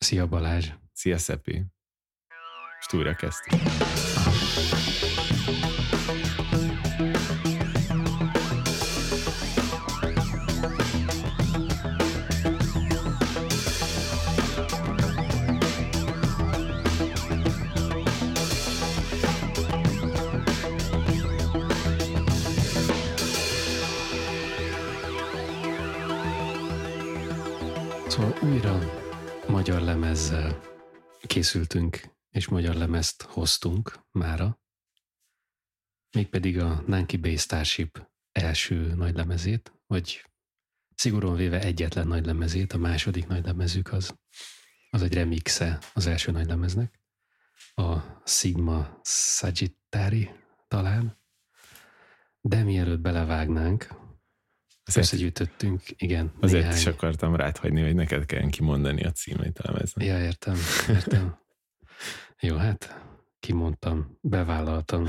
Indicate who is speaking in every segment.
Speaker 1: Szia Balázs!
Speaker 2: Szia Szepi! És újra kezdtük.
Speaker 1: Szóval újra magyar lemezzel készültünk, és magyar lemezt hoztunk mára, mégpedig a Nanky Bay Starship első nagy lemezét, vagy szigorúan véve egyetlen nagy lemezét, a második nagy lemezük az egy remixe az első nagy lemeznek, a Sigma Sagittari talán, de mielőtt belevágnánk, összegyűjtöttünk, igen.
Speaker 2: Azért néhány... is akartam rád hagyni, hogy neked kelljen kimondani a címét a lemeznek.
Speaker 1: Ja, értem. Jó, hát kimondtam, bevállaltam.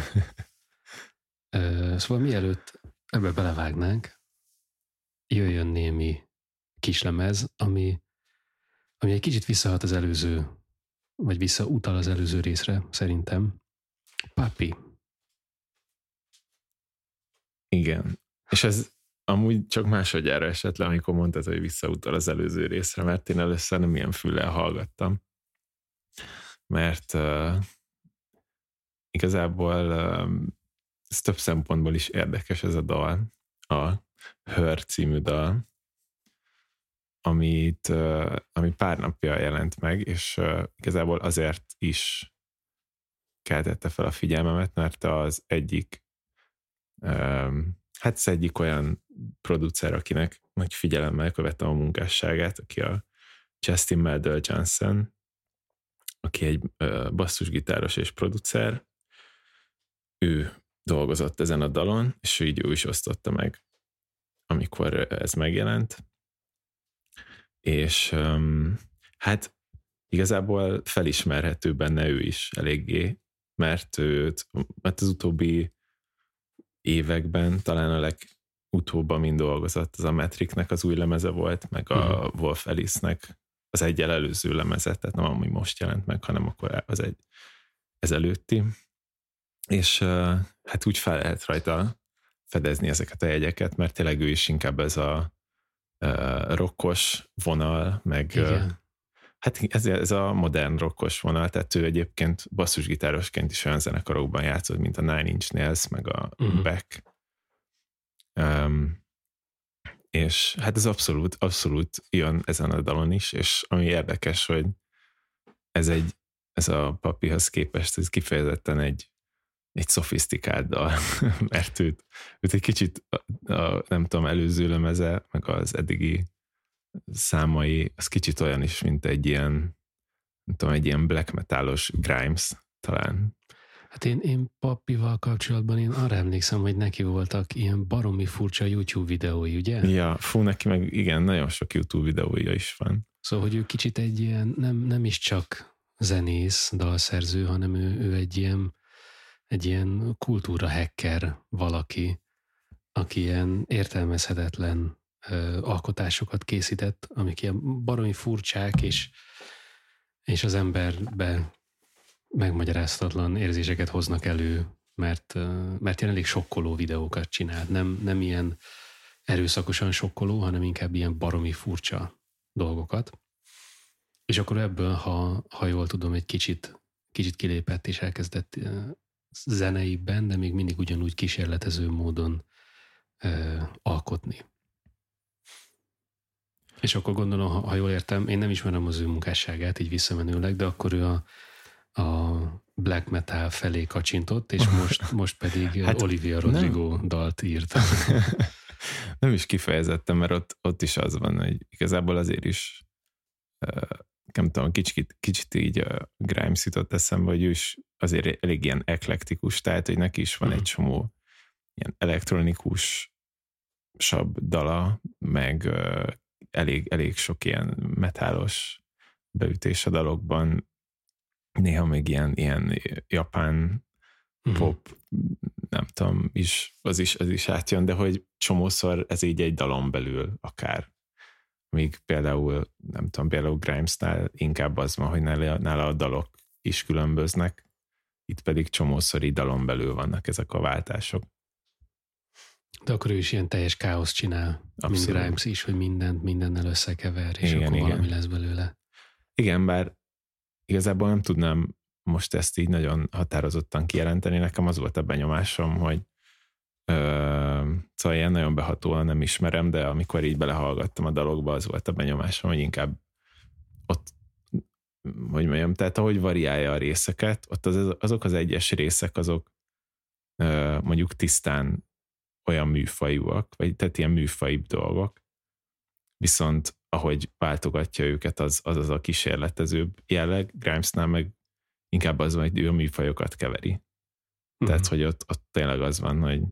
Speaker 1: Szóval mielőtt ebbe belevágnánk, jöjjön némi kislemez, ami egy kicsit visszahat az előző, vagy visszautal az előző részre, szerintem. Papi.
Speaker 2: Igen. És ez amúgy csak másodjára esett le, amikor mondtad, hogy visszautal az előző részre, mert én először nem ilyen füllel hallgattam. Mert igazából ez több szempontból is érdekes ez a dal, a Her című dal, ami pár napja jelent meg, és igazából azért is keltette fel a figyelmemet, mert az egyik az egyik olyan producer, akinek nagy figyelemmel követtem a munkásságát, aki a Justin Meldal Johnson, aki egy basszusgitáros és producer. Ő dolgozott ezen a dalon, és ő is osztotta meg, amikor ez megjelent. És hát igazából felismerhető benne ő is eléggé, mert az utóbbi években talán a legutóbb, amin dolgozott, az a Metricnek az új lemeze volt, meg a Wolf Alice-nek az egyel előző lemeze, tehát nem ami most jelent meg, hanem akkor az egy ezelőtti. És hát úgy fel lehet rajta fedezni ezeket a jegyeket, mert tényleg ő is inkább ez a rockos vonal, meg hát ez a modern rockos vonal, tehát ő egyébként basszusgitárosként is olyan zenekarokban játszott, mint a Nine Inch Nails, meg a Beck. És hát ez abszolút jön ezen a dalon is, és ami érdekes, hogy ez a Papihoz képest ez kifejezetten egy szofisztikált dal, mert őt egy kicsit nem tudom, előző lemeze, meg az eddigi számai, az kicsit olyan is, mint egy ilyen, nem tudom, egy ilyen black metalos Grimes talán.
Speaker 1: Hát én Papival kapcsolatban én arra emlékszem, hogy neki voltak ilyen baromi furcsa YouTube videói, ugye?
Speaker 2: Ja, neki meg igen, nagyon sok YouTube videója is van.
Speaker 1: Szóval, hogy ő kicsit egy ilyen, nem is csak zenész, dalszerző, hanem ő egy ilyen kultúra hacker valaki, aki ilyen értelmezhetetlen alkotásokat készített, amik ilyen baromi furcsák, és az emberbe megmagyarázhatatlan érzéseket hoznak elő, mert elég sokkoló videókat csinál. Nem ilyen erőszakosan sokkoló, hanem inkább ilyen baromi furcsa dolgokat. És akkor ebből, ha jól tudom, egy kicsit kilépett és elkezdett zeneiben, de még mindig ugyanúgy kísérletező módon alkotni. És akkor gondolom, ha jól értem, én nem ismerem az ő munkásságát, így visszamenőleg, de akkor ő a black metal felé kacsintott, és most pedig Olivia Rodrigo dalt írt.
Speaker 2: Nem is kifejezettem, mert ott is az van, hogy igazából azért is nem tudom, kicsit így a Grimes jutott eszembe, hogy ő is azért elég ilyen eklektikus, tehát hogy neki is van egy csomó ilyen elektronikusabb dala, meg elég sok ilyen metálos beütés a dalokban, néha még ilyen japán pop, nem tudom, az is átjön, de hogy csomószor ez így egy dalon belül akár míg például, nem tudom, például Grimesnál inkább az van, hogy nála a dalok is különböznek, itt pedig csomószor így dalon belül vannak ezek a váltások.
Speaker 1: De akkor ő is ilyen teljes káoszt csinál, mint Grimes is, hogy mindennel összekever, és igen, akkor valami lesz belőle.
Speaker 2: Igen, bár igazából nem tudnám most ezt így nagyon határozottan kijelenteni. Nekem az volt a benyomásom, hogy szóval ilyen nagyon behatóan nem ismerem, de amikor így belehallgattam a dalokba, az volt a benyomásom, hogy inkább ott, hogy mondjam, tehát ahogy variálja a részeket, ott azok az egyes részek, azok mondjuk tisztán olyan műfajúak, vagy tehát ilyen műfajibb dolgok, viszont ahogy váltogatja őket, az a kísérletezőbb jelleg, Grimesnál meg inkább az van, hogy ő a műfajokat keveri. Tehát, hogy ott tényleg az van, hogy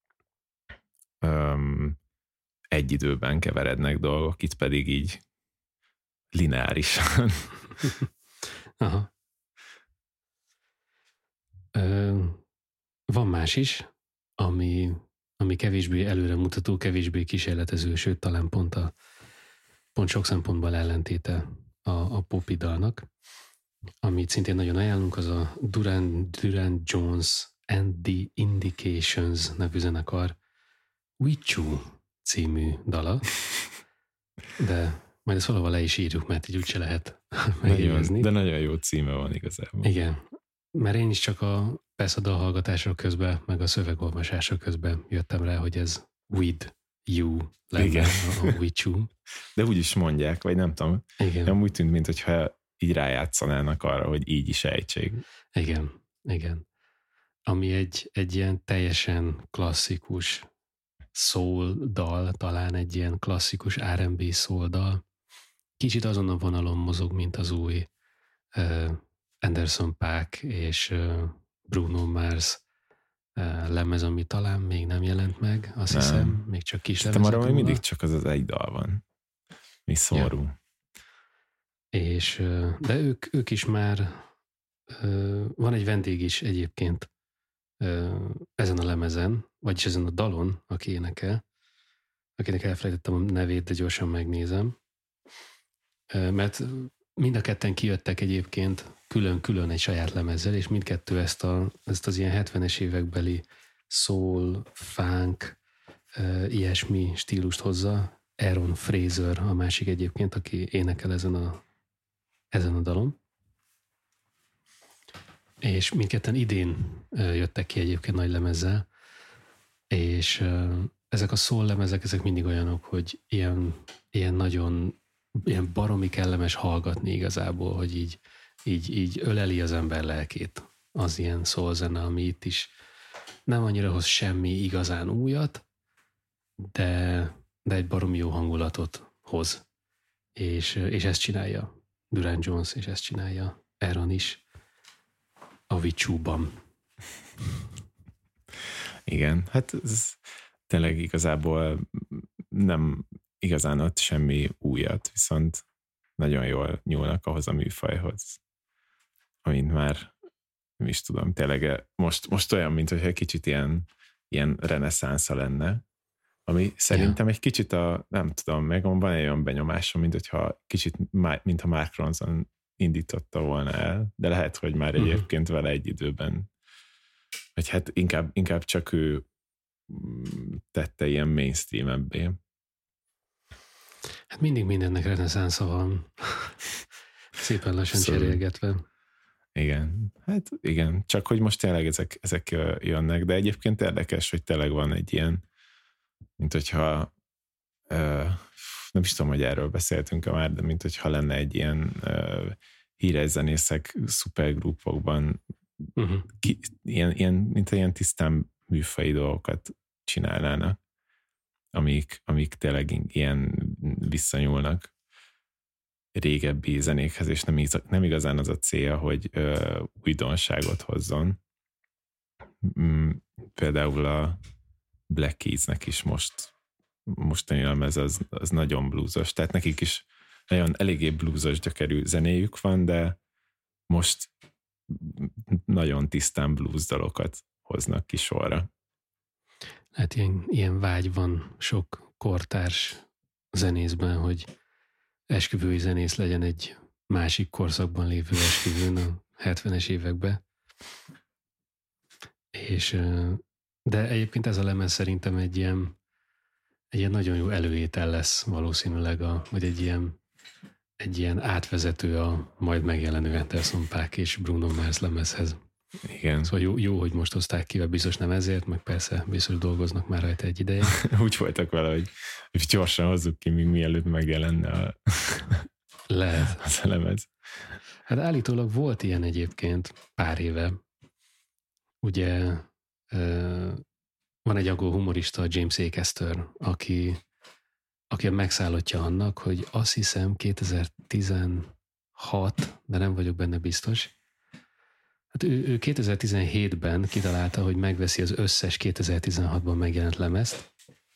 Speaker 2: egy időben keverednek dolgok, itt pedig így lineárisan.
Speaker 1: Aha. Van más is, ami kevésbé előremutató, kevésbé kísérletező, sőt, talán pont sok szempontból ellentéte a popi dalnak. Amit szintén nagyon ajánlunk, az a Duran Jones and the Indications nevű zenekar Wichu című dala, de majd ezt valahol le is írjuk, mert így úgyse lehet megjegyezni.
Speaker 2: De nagyon jó címe van igazából.
Speaker 1: Igen, mert én is csak persze a dalhallgatások közben, meg a szövegolvasások közben jöttem rá, hogy ez with you lenne a Wichu.
Speaker 2: De úgy is mondják, vagy nem tudom.
Speaker 1: Igen.
Speaker 2: Nem úgy tűnt, mintha így rájátszanának arra, hogy így is ejtség.
Speaker 1: Igen. Ami egy ilyen teljesen klasszikus soul dal, talán egy ilyen klasszikus R&B soul dal. Kicsit azon a vonalon mozog, mint az új Anderson .Paak és Bruno Mars lemez, ami talán még nem jelent meg, azt hiszem, még csak kis lemezek.
Speaker 2: Arra még mindig csak az egy dal van. Mi szomorú. Ja.
Speaker 1: És, de ők is már, van egy vendég is egyébként ezen a lemezen, vagyis ezen a dalon, aki énekel, akinek elfelejtettem a nevét, de gyorsan megnézem. Mert mind a ketten kijöttek egyébként külön-külön egy saját lemezzel, és mindkettő ezt az ilyen 70-es évekbeli soul, funk, ilyesmi stílust hozza. Aaron Fraser a másik egyébként, aki énekel ezen a dalon. És mindketten idén jöttek ki egyébként nagy lemezzel, és ezek a soul lemezek, ezek mindig olyanok, hogy ilyen nagyon, ilyen baromi kellemes hallgatni igazából, hogy így öleli az ember lelkét az ilyen soul zene, ami itt is nem annyira hoz semmi igazán újat, de egy baromi jó hangulatot hoz. És ezt csinálja Duran Jones, és ezt csinálja Aaron is a Wichu-ban.
Speaker 2: Igen, hát ez tényleg igazából nem igazán ad semmi újat, viszont nagyon jól nyúlnak ahhoz a műfajhoz, amint már nem is tudom, tényleg most olyan, mint hogyha kicsit ilyen reneszánsza lenne, ami szerintem egy kicsit nem tudom, meg van egy olyan benyomásom, mintha Mark Ronson indította volna el, de lehet, hogy már egyébként vele egy időben, vagy hát inkább csak ő tette ilyen mainstream-ebbé.
Speaker 1: Hát mindig mindennek reneszánsza van. Szépen lassan cserélgetve.
Speaker 2: Igen, hát igen, csak hogy most tényleg ezek jönnek, de egyébként érdekes, hogy tényleg van egy ilyen, mint hogyha nem is tudom, hogy erről beszéltünk már, de mint hogyha lenne egy ilyen híres zenészek szupergrupokban mint ilyen tisztán műfaji dolgokat csinálnának, amik tényleg ilyen visszanyúlnak régebbi zenékhez, és nem igazán az a célja, hogy újdonságot hozzon. Például a Black Keys-nek is mostani lemez az nagyon bluesos, tehát nekik is nagyon eléggé bluesos gyökerű zenéjük van, de most nagyon tisztán blues dalokat hoznak ki sorra.
Speaker 1: Hát ilyen vágy van sok kortárs zenészben, hogy esküvői zenész legyen egy másik korszakban lévő esküvőn a 70-es években. De egyébként ez a lemez szerintem egy ilyen nagyon jó előétel lesz valószínűleg, vagy egy ilyen átvezető a majd megjelenő Anderson .Paak és Bruno Mars lemezhez.
Speaker 2: Igen.
Speaker 1: Szóval jó, hogy most hozták ki, biztos nem ezért, meg persze biztos dolgoznak már rajta egy ideje.
Speaker 2: Úgy voltak vele, hogy gyorsan hozzuk ki, még mielőtt megjelenne
Speaker 1: lehet
Speaker 2: az a lemez.
Speaker 1: Hát állítólag volt ilyen egyébként pár éve. Ugye van egy angol humorista, James Acaster, aki a megszállottja annak, hogy azt hiszem 2016, de nem vagyok benne biztos. Hát ő 2017-ben kitalálta, hogy megveszi az összes 2016-ban megjelent lemezt,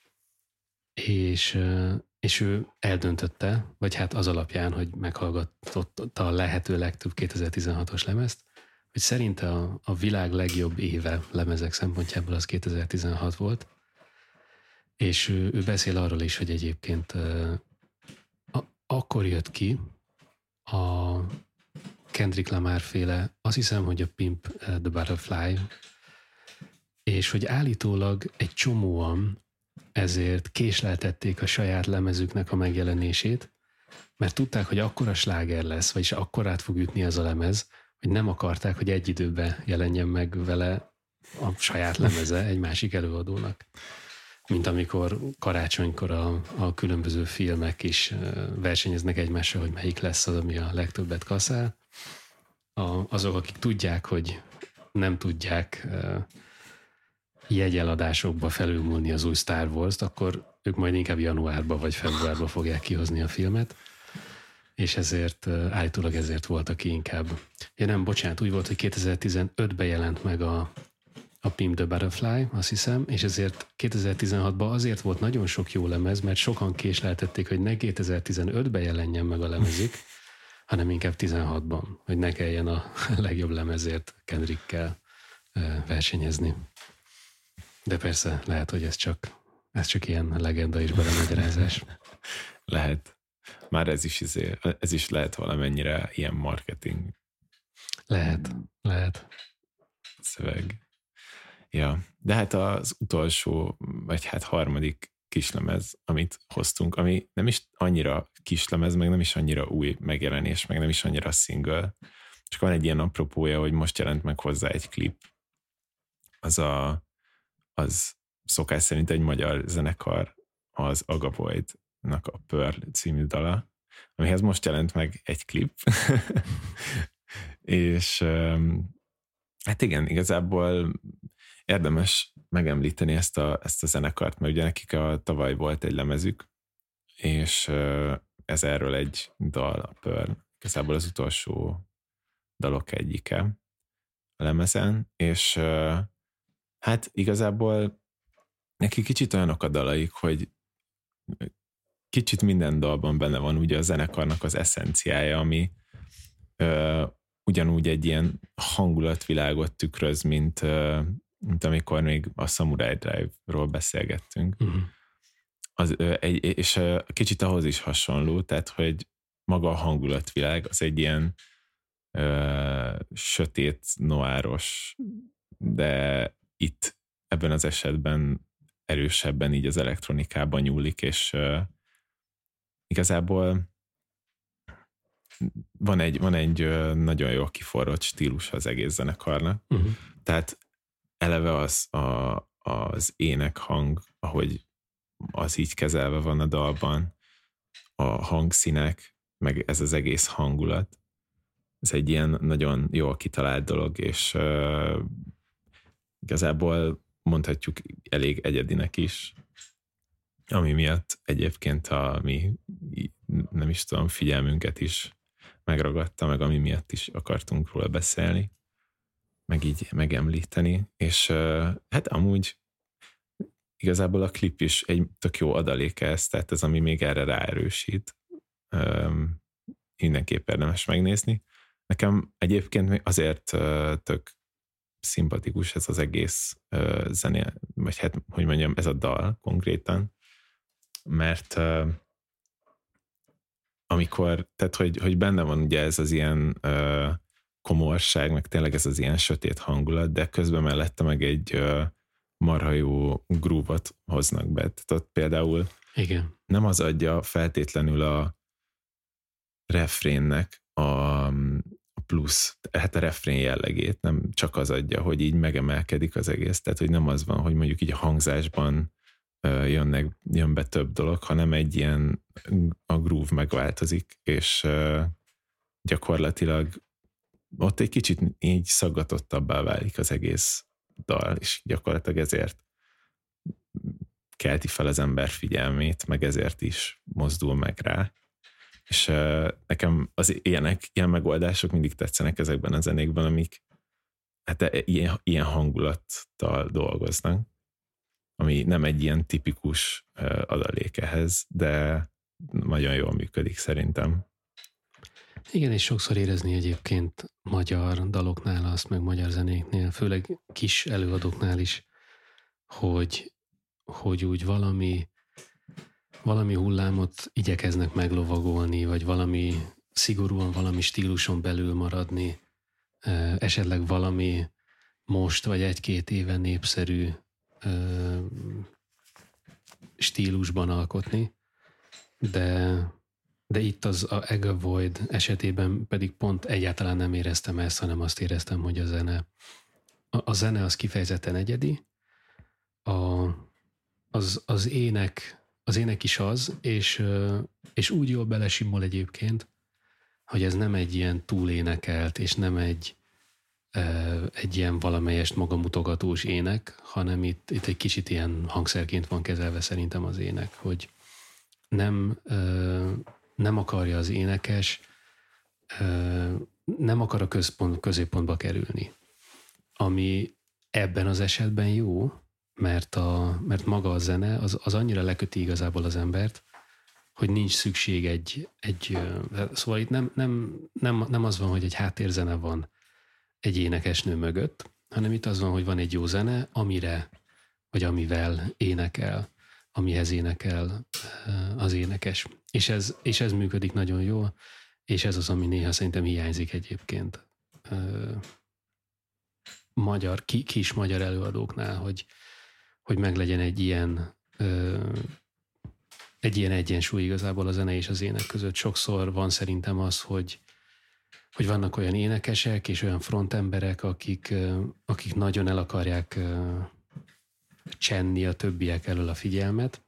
Speaker 1: és ő eldöntötte, vagy hát az alapján, hogy meghallgatta a lehető legtöbb 2016-os lemezt, hogy szerinte a világ legjobb éve lemezek szempontjából az 2016 volt, és ő beszél arról is, hogy egyébként akkor jött ki a Kendrick Lamar féle, azt hiszem, hogy a Pimp the Butterfly, és hogy állítólag egy csomóan ezért késleltették a saját lemezüknek a megjelenését, mert tudták, hogy akkora sláger lesz, vagyis akkorát fog ütni ez a lemez, hogy nem akarták, hogy egy időben jelenjen meg vele a saját lemeze egy másik előadónak. Mint amikor karácsonykor a különböző filmek is versenyeznek egymással, hogy melyik lesz az, ami a legtöbbet kaszál. Azok, akik tudják, hogy nem tudják jegyeladásokba felülmúlni az új Star Wars-t, akkor ők majd inkább januárba vagy februárba fogják kihozni a filmet, és ezért állítólag ezért volt, aki inkább. Ja nem, bocsánat, úgy volt, hogy 2015-ben jelent meg a Pimp the Butterfly, azt hiszem, és ezért 2016-ban azért volt nagyon sok jó lemez, mert sokan késleltették, hogy ne 2015-ben jelenjen meg a lemezük, hanem inkább 16-ban, hogy ne kelljen a legjobb lemezért Kendrickkel versenyezni. De persze lehet, hogy ez csak ilyen legenda és belemagyarázás.
Speaker 2: Lehet. Már ez is lehet valamennyire ilyen marketing.
Speaker 1: Lehet.
Speaker 2: Szöveg. Ja, de hát az utolsó, vagy hát harmadik kislemez, amit hoztunk, ami nem is annyira kislemez, meg nem is annyira új megjelenés, meg nem is annyira single, csak van egy ilyen apropója, hogy most jelent meg hozzá egy klip. Az szokás szerint egy magyar zenekar, az Agavoidnak a Pearl című dala, amihez most jelent meg egy klip. És hát igen, igazából érdemes megemlíteni ezt a zenekart, mert ugye nekik tavaly volt egy lemezük, és ez erről egy dal, a Pearl, igazából az utolsó dalok egyike a lemezen, és hát igazából neki kicsit olyanok a dalaik, hogy kicsit minden dalban benne van ugye a zenekarnak az eszenciája, ami ugyanúgy egy ilyen hangulatvilágot tükröz, mint amikor még a Samurai Drive-ról beszélgettünk. És kicsit ahhoz is hasonló, tehát, hogy maga a hangulatvilág az egy ilyen sötét, noáros, de itt ebben az esetben erősebben így az elektronikában nyúlik, és igazából van egy nagyon jól kiforrott stílus az egész zenekarnak. Tehát eleve az énekhang, ahogy az így kezelve van a dalban, a hangszínek, meg ez az egész hangulat, ez egy ilyen nagyon jól kitalált dolog, és igazából mondhatjuk elég egyedinek is, ami miatt egyébként a mi, nem is tudom, figyelmünket is megragadta, meg ami miatt is akartunk róla beszélni, meg így megemlíteni, és hát amúgy igazából a klip is egy tök jó adalék ez, tehát ez, ami még erre ráerősít. Mindenképp érdemes megnézni. Nekem egyébként még azért tök szimpatikus ez az egész zené, vagy hát, hogy mondjam, ez a dal konkrétan, mert amikor, tehát hogy benne van ugye ez az ilyen komorság, meg tényleg ez az ilyen sötét hangulat, de közben mellette meg egy marha jó groove-ot hoznak be. Tehát ott például
Speaker 1: igen.
Speaker 2: nem az adja feltétlenül a refrénnek a plusz, hát a refrén jellegét, nem csak az adja, hogy így megemelkedik az egész, tehát hogy nem az van, hogy mondjuk így a hangzásban jön be több dolog, hanem egy ilyen a groove megváltozik, és gyakorlatilag ott egy kicsit így szaggatottabbá válik az egész dal, és gyakorlatilag ezért kelti fel az ember figyelmét, meg ezért is mozdul meg rá. És nekem az ilyen megoldások mindig tetszenek ezekben a zenékben, amik hát ilyen hangulattal dolgoznak, ami nem egy ilyen tipikus adalék ehhez, de nagyon jól működik szerintem.
Speaker 1: Igen, és sokszor érezni egyébként magyar daloknál azt, meg magyar zenéknél, főleg kis előadóknál is, hogy úgy valami hullámot igyekeznek meglovagolni, vagy szigorúan valami stíluson belül maradni, esetleg valami most vagy 1-2 éve népszerű stílusban alkotni, de itt az a Egg Void esetében pedig pont egyáltalán nem éreztem ezt, hanem azt éreztem, hogy a zene az kifejezetten egyedi, az ének is az, és úgy jól belesimol egyébként, hogy ez nem egy ilyen túlénekelt, és nem egy ilyen valamelyest magamutogatós ének, hanem itt egy kicsit ilyen hangszerként van kezelve szerintem az ének, hogy nem akarja az énekes, nem akar a középpontba kerülni. Ami ebben az esetben jó, mert maga a zene az annyira leköti igazából az embert, hogy nincs szükség szóval itt nem az van, hogy egy háttérzene van egy énekesnő mögött, hanem itt az van, hogy van egy jó zene, amire, vagy amivel énekel, amihez énekel az énekes. És ez működik nagyon jól, és ez az, ami néha szerintem hiányzik egyébként kis magyar előadóknál, hogy meglegyen egy ilyen egyensúly igazából a zene és az ének között. Sokszor van szerintem az, hogy vannak olyan énekesek és olyan frontemberek, akik nagyon el akarják csenni a többiek elől a figyelmet,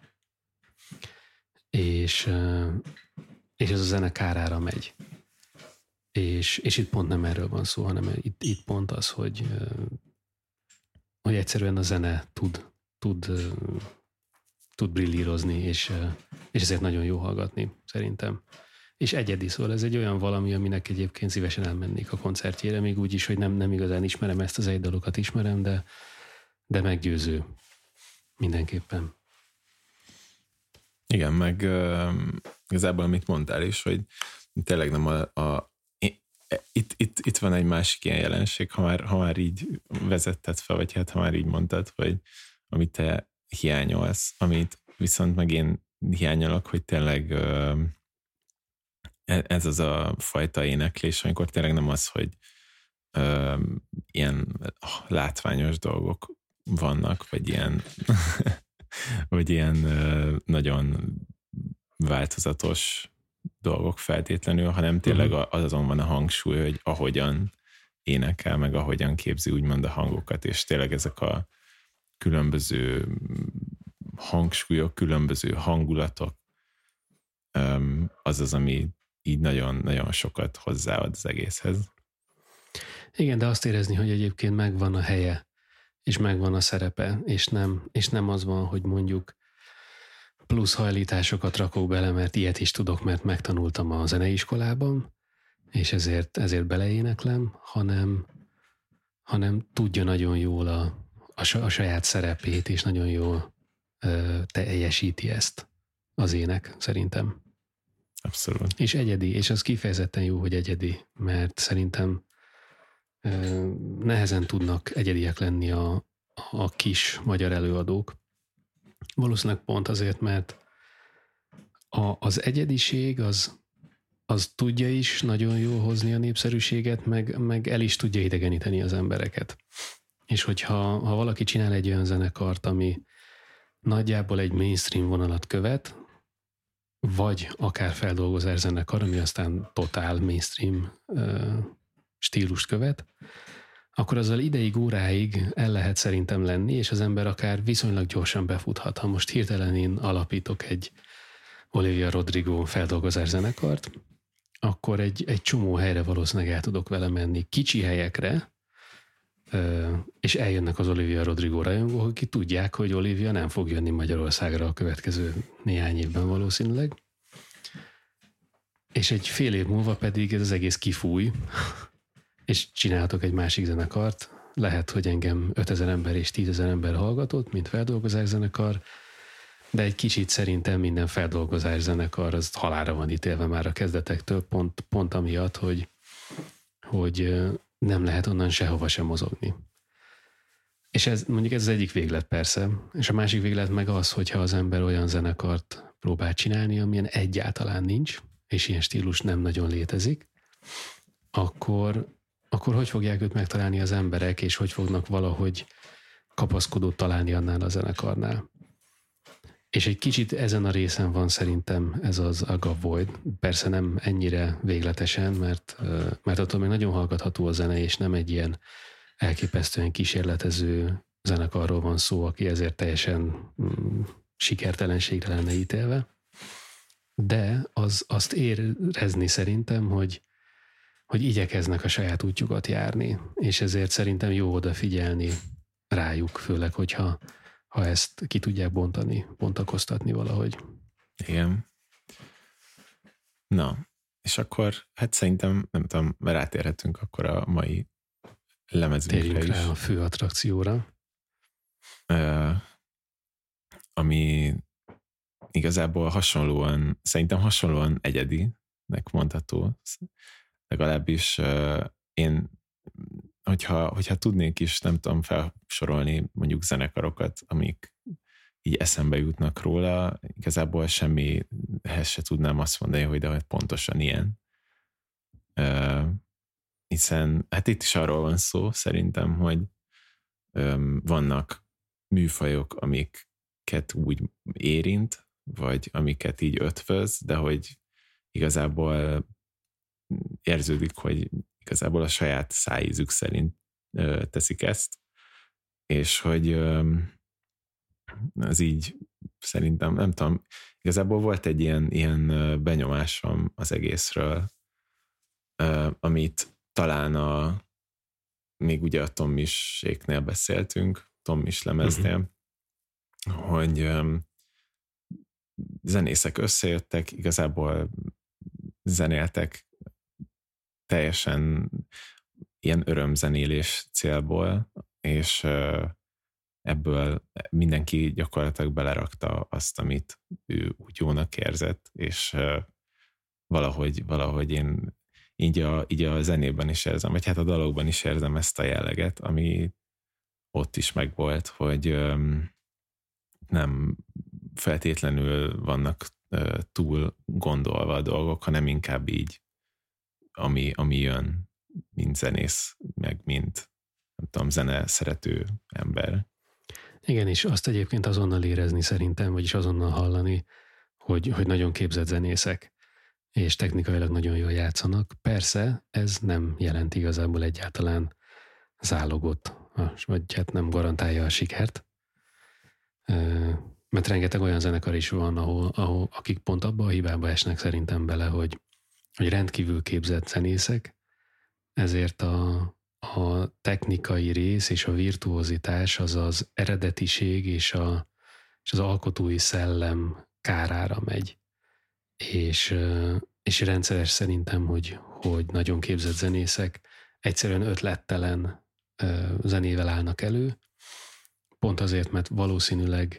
Speaker 1: és ez a zene kárára megy. És itt pont nem erről van szó, hanem itt pont az, hogy egyszerűen a zene tud brillírozni, és ezért nagyon jó hallgatni, szerintem. És egyedi, szóval ez egy olyan valami, aminek egyébként szívesen elmennék a koncertjére, még úgy is, hogy nem igazán ismerem ezt az egy dalokat ismerem, de meggyőző. Mindenképpen.
Speaker 2: Igen, meg igazából amit mondtál is, hogy tényleg nem itt van egy másik ilyen jelenség, ha már így vezetted fel, vagy hát ha már így mondtad, hogy amit te hiányolsz, amit viszont meg én hiányolok, hogy tényleg ez az a fajta éneklés, amikor tényleg nem az, hogy ilyen látványos dolgok vannak, vagy ilyen vagy ilyen nagyon változatos dolgok feltétlenül, hanem tényleg azon van a hangsúly, hogy ahogyan énekel, meg ahogyan képzi úgymond a hangokat, és tényleg ezek a különböző hangsúlyok, különböző hangulatok, az, ami így nagyon-nagyon sokat hozzáad az egészhez.
Speaker 1: Igen, de azt érezni, hogy egyébként megvan a helye, és megvan a szerepe, és nem az van, hogy mondjuk plusz hajlításokat rakok bele, mert ilyet is tudok, mert megtanultam a zeneiskolában, és ezért beleéneklem, hanem tudja nagyon jól a saját szerepét, és nagyon jól teljesíti ezt az ének, szerintem.
Speaker 2: Abszolút.
Speaker 1: És egyedi, és az kifejezetten jó, hogy egyedi, mert szerintem nehezen tudnak egyediek lenni a kis magyar előadók. Valószínűleg pont azért, mert az egyediség az tudja is nagyon jól hozni a népszerűséget, meg el is tudja idegeníteni az embereket. És hogyha valaki csinál egy olyan zenekart, ami nagyjából egy mainstream vonalat követ, vagy akár feldolgozás zenekar, ami aztán totál mainstream stílust követ, akkor azzal ideig, óráig el lehet szerintem lenni, és az ember akár viszonylag gyorsan befuthat. Ha most hirtelen én alapítok egy Olivia Rodrigo feldolgozás zenekart, akkor egy csomó helyre valószínűleg el tudok vele menni. Kicsi helyekre, és eljönnek az Olivia Rodrigo rajongók, akik tudják, hogy Olivia nem fog jönni Magyarországra a következő néhány évben valószínűleg. És egy fél év múlva pedig ez az egész kifúj, és csinálhatok egy másik zenekart. Lehet, hogy engem 5000 ember és 10 000 ember hallgatott, mint feldolgozás zenekar, de egy kicsit szerintem minden feldolgozás zenekar az halálra van ítélve már a kezdetektől, pont amiatt, hogy nem lehet onnan sehova sem mozogni. És ez az egyik véglet persze, és a másik véglet meg az, hogyha az ember olyan zenekart próbál csinálni, amilyen egyáltalán nincs, és ilyen stílus nem nagyon létezik, akkor hogy fogják őt megtalálni az emberek, és hogy fognak valahogy kapaszkodót találni annál a zenekarnál. És egy kicsit ezen a részen van szerintem ez az Aga Void. Persze nem ennyire végletesen, mert attól még nagyon hallgatható a zene, és nem egy ilyen elképesztően kísérletező zenekarról van szó, aki ezért teljesen sikertelenségre lenne ítélve. De azt érezni szerintem, hogy igyekeznek a saját útjukat járni, és ezért szerintem jó odafigyelni rájuk, főleg, hogyha ezt ki tudják bontakoztatni valahogy.
Speaker 2: Igen. Na, és akkor hát szerintem, nem tudom, rátérhetünk akkor a mai lemezünkre is.
Speaker 1: Térjünk rá a fő attrakcióra.
Speaker 2: Ami igazából szerintem hasonlóan egyedinek mondható. Legalábbis én, hogyha tudnék is, nem tudom felsorolni mondjuk zenekarokat, amik így eszembe jutnak róla, igazából semmihez se tudnám azt mondani, hogy de pontosan ilyen. Hiszen hát itt is arról van szó szerintem, hogy vannak műfajok, amiket úgy érint, vagy amiket így ötvöz, de hogy igazából érződik, hogy igazából a saját szájízük szerint teszik ezt, és hogy az így szerintem, nem tudom, igazából volt egy ilyen benyomásom az egészről, amit talán még ugye a Tom Miséknél beszéltünk, Tom Mis lemeznél, hogy zenészek összejöttek, igazából zenéltek teljesen ilyen örömzenélés célból, és ebből mindenki gyakorlatilag belerakta azt, amit ő úgy jónak érzett, és valahogy én így a zenében is érzem, vagy hát a dalokban is érzem ezt a jelleget, ami ott is megvolt, hogy nem feltétlenül vannak túl gondolva a dolgok, hanem inkább így, ami jön, mint zenész, meg mint, nem tudom, zene szerető ember.
Speaker 1: Igen, és azt egyébként azonnal érezni szerintem, vagyis azonnal hallani, hogy nagyon képzett zenészek, és technikailag nagyon jól játszanak. Persze, ez nem jelent igazából egyáltalán zálogot, vagy hát nem garantálja a sikert, mert rengeteg olyan zenekar is van, ahol akik pont abba a hibába esnek szerintem bele, hogy rendkívül képzett zenészek, ezért a technikai rész és a virtuózitás az az eredetiség és az alkotói szellem kárára megy. És rendszeres szerintem, hogy nagyon képzett zenészek egyszerűen ötlettelen zenével állnak elő, pont azért, mert valószínűleg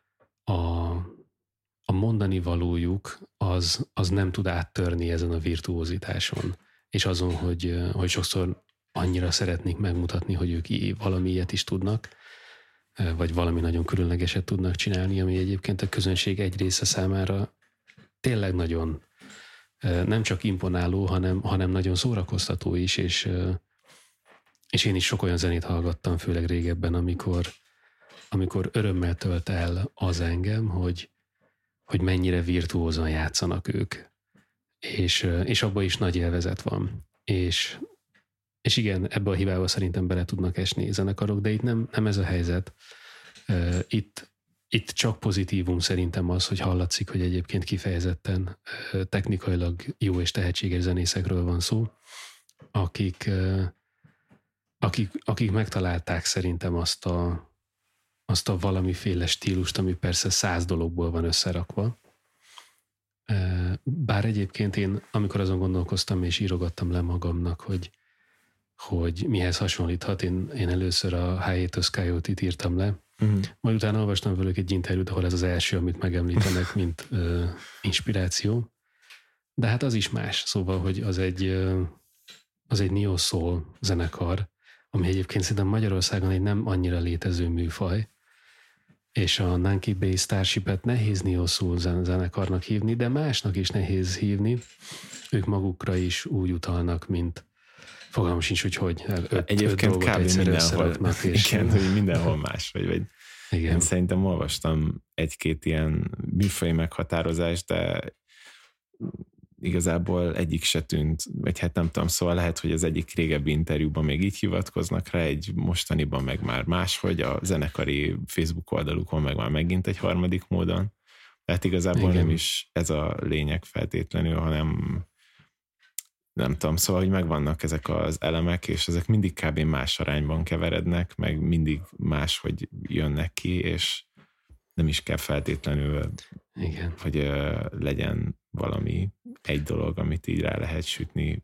Speaker 1: a mondani valójuk az nem tud áttörni ezen a virtuózitáson, és azon, hogy sokszor annyira szeretnék megmutatni, hogy ők valami ilyet is tudnak, vagy valami nagyon különlegeset tudnak csinálni, ami egyébként a közönség egy része számára tényleg nagyon nem csak imponáló, hanem nagyon szórakoztató is, és én is sok olyan zenét hallgattam, főleg régebben, amikor örömmel tölt el az engem, hogy mennyire virtuózan játszanak ők. És abban is nagy élvezet van. És igen, ebbe a hibába szerintem bele tudnak esni zenekarok, de itt nem ez a helyzet. Itt csak pozitívum szerintem az, hogy hallatszik, hogy egyébként kifejezetten technikailag jó és tehetséges zenészekről van szó, akik megtalálták szerintem azt a valamiféle stílust, ami persze 100 dologból van összerakva. Bár egyébként én, amikor azon gondolkoztam és írogattam le magamnak, hogy mihez hasonlíthat, én először a Hiatus Coyote-t írtam le, majd utána olvastam velük egy interjút, ahol ez az első, amit megemlítenek, mint inspiráció. De hát az is más, szóval, hogy az egy neo soul zenekar, ami egyébként szerintem Magyarországon egy nem annyira létező műfaj, és a Nanky Bay Starship-et nehéz neo soul zenekarnak hívni, de másnak is nehéz hívni. Ők magukra is úgy utalnak, mint fogalmam sincs, hogy
Speaker 2: egyébként kb. Mindenhol, igen, hogy mindenhol más vagy.
Speaker 1: Igen.
Speaker 2: Én szerintem olvastam egy-két ilyen műfaji meghatározást, de igazából egyik se tűnt, vagy hát nem tudom, szóval lehet, hogy az egyik régebbi interjúban még így hivatkoznak rá, egy mostaniban meg már máshogy, a zenekari Facebook oldalukon meg már megint egy harmadik módon. Tehát igazából nem is ez a lényeg feltétlenül, hanem nem tudom, szóval, hogy megvannak ezek az elemek, és ezek mindig kb. Más arányban keverednek, meg mindig máshogy jönnek ki, és nem is kell feltétlenül, hogy legyen valami egy dolog, amit így rá lehet sütni,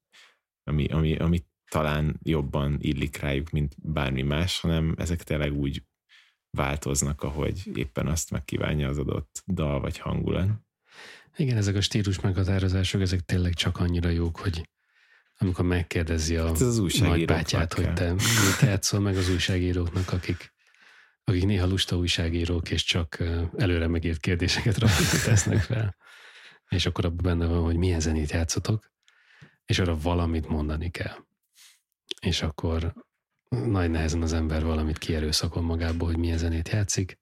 Speaker 2: ami talán jobban illik rájuk, mint bármi más, hanem ezek tényleg úgy változnak, ahogy éppen azt megkívánja az adott dal vagy hangulat.
Speaker 1: Igen, ezek a stílus meghatározások, ezek tényleg csak annyira jók, hogy amikor megkérdezi a nagybátyát, hogy te mit játszol, meg az újságíróknak, akik néha lusta újságírók, és csak előre megírt kérdéseket tesznek fel. És akkor abban benne van, hogy milyen zenét játszotok, és arra valamit mondani kell. És akkor nagy nehezen az ember valamit kierőszakol magából, hogy milyen zenét játszik,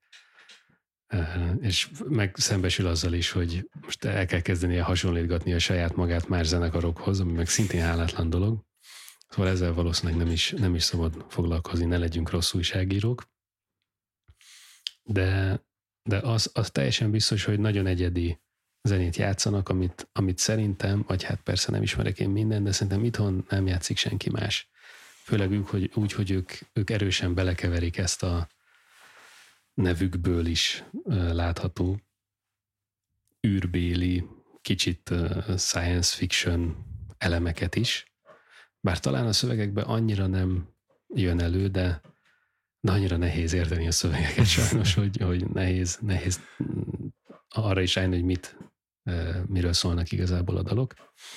Speaker 1: és meg szembesül azzal is, hogy most el kell kezdenie hasonlítgatni a saját magát más zenekarokhoz, ami meg szintén hálátlan dolog. Szóval ezzel valószínűleg nem is szabad foglalkozni, ne legyünk rossz újságírók. De az teljesen biztos, hogy nagyon egyedi zenét játszanak, amit szerintem, vagy hát persze nem ismerek én mindent, de szerintem itthon nem játszik senki más. Főleg úgy, hogy ők erősen belekeverik ezt a nevükből is látható űrbéli, kicsit science fiction elemeket is. Bár talán a szövegekben annyira nem jön elő, de annyira nehéz érteni a szövegeket sajnos, hogy nehéz arra is állni, hogy miről szólnak igazából a dalok.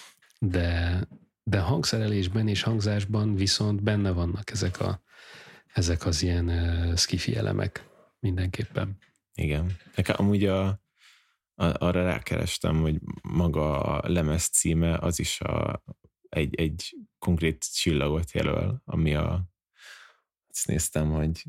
Speaker 1: De hangszerelésben és hangzásban viszont benne vannak ezek az ilyen skifi elemek mindenképpen.
Speaker 2: Igen. Nekem amúgy arra rákerestem, hogy maga a lemez címe az is egy konkrét csillagot jelöl, ami azt néztem, hogy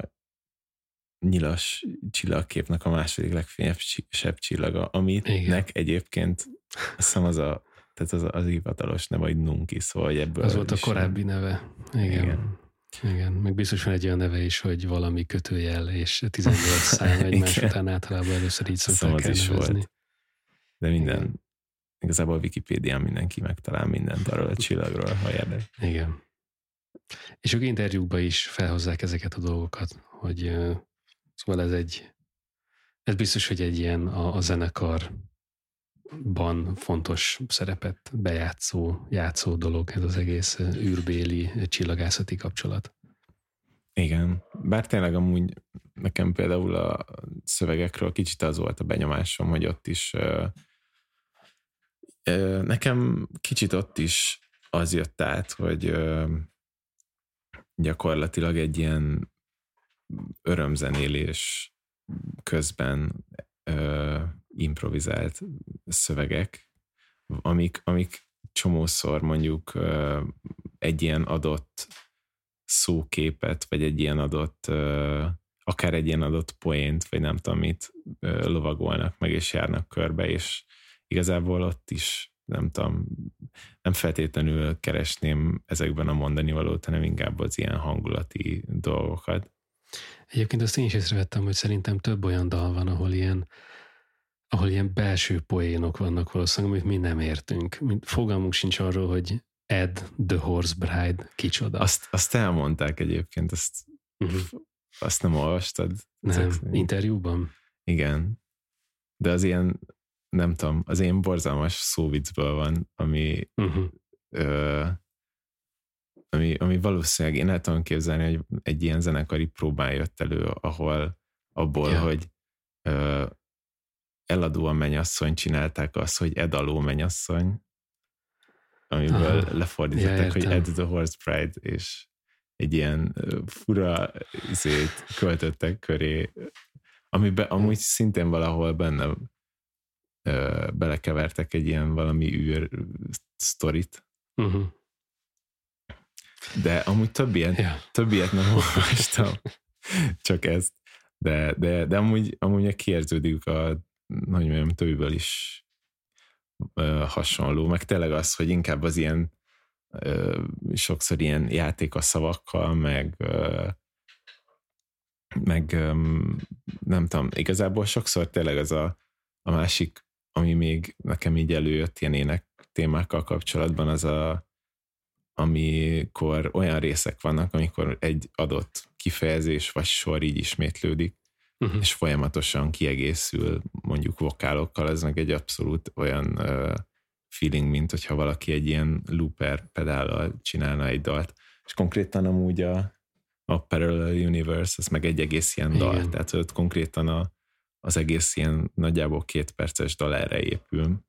Speaker 2: nyilas csillagképnek a második legfényesebb csillaga, aminek egyébként azt hiszem az hivatalos neve, vagy Nunki, szóval ebből
Speaker 1: az volt a korábbi neve. Igen. Meg biztos van egy olyan neve is, hogy valami kötőjel, és 18 szám egymás után általában először így szokták elnevezni. Volt. De igazából a Wikipédián mindenki megtalál mindent arról a csillagról, ha érdekel. Igen. És ők interjúkban is felhozzák ezeket a dolgokat, hogy szóval ez biztos, hogy egy ilyen a zenekarban fontos szerepet játszó dolog, ez az egész űrbéli csillagászati kapcsolat.
Speaker 2: Igen, bár tényleg amúgy nekem például a szövegekről kicsit az volt a benyomásom, hogy ott is nekem kicsit ott is az jött át, hogy gyakorlatilag egy ilyen örömzenélés közben improvizált szövegek, amik csomószor mondjuk egy ilyen adott szóképet, vagy egy ilyen adott, akár egy ilyen adott poént, vagy nem tudom mit lovagolnak meg, és járnak körbe, és igazából ott is nem tudom, nem feltétlenül keresném ezekben a mondani valót, hanem inkább az ilyen hangulati dolgokat.
Speaker 1: Egyébként azt én is észrevettem, hogy szerintem több olyan dal van, ahol ilyen belső poénok vannak valószínűleg, amit mi nem értünk. Fogalmunk sincs arról, hogy Ed the Horse Bride kicsoda.
Speaker 2: Azt elmondták egyébként, azt nem olvastad?
Speaker 1: Nem, interjúban?
Speaker 2: Igen. De az ilyen, nem tudom, az ilyen borzalmas szóviccből van, ami valószínűleg én el tudom képzelni, hogy egy ilyen zenekari próbán jött elő, ahol abból, hogy eladó a mennyasszony, csinálták azt, hogy edaló mennyasszony, amiből lefordították, hogy Ed the Horse Bride, és egy ilyen fura költöttek köré, amiben amúgy szintén valahol benne belekevertek egy ilyen valami űr sztorit. De amúgy több ilyet nem olvastam, csak ezt. De amúgy kiérződik hogy mondjam, többiből is hasonló, meg tényleg az, hogy inkább az ilyen sokszor ilyen játék a szavakkal, meg nem tudom, igazából sokszor tényleg az a másik, ami még nekem így előjött ilyen ének témákkal kapcsolatban, amikor olyan részek vannak, amikor egy adott kifejezés vagy sor így ismétlődik, és folyamatosan kiegészül mondjuk vokálokkal, ez meg egy abszolút olyan feeling, mint hogyha valaki egy ilyen looper pedállal csinálna egy dalt. És konkrétan amúgy a Parallel Universe, az meg egy egész ilyen dal, tehát ott konkrétan az egész ilyen nagyjából 2 perces dal erre épül.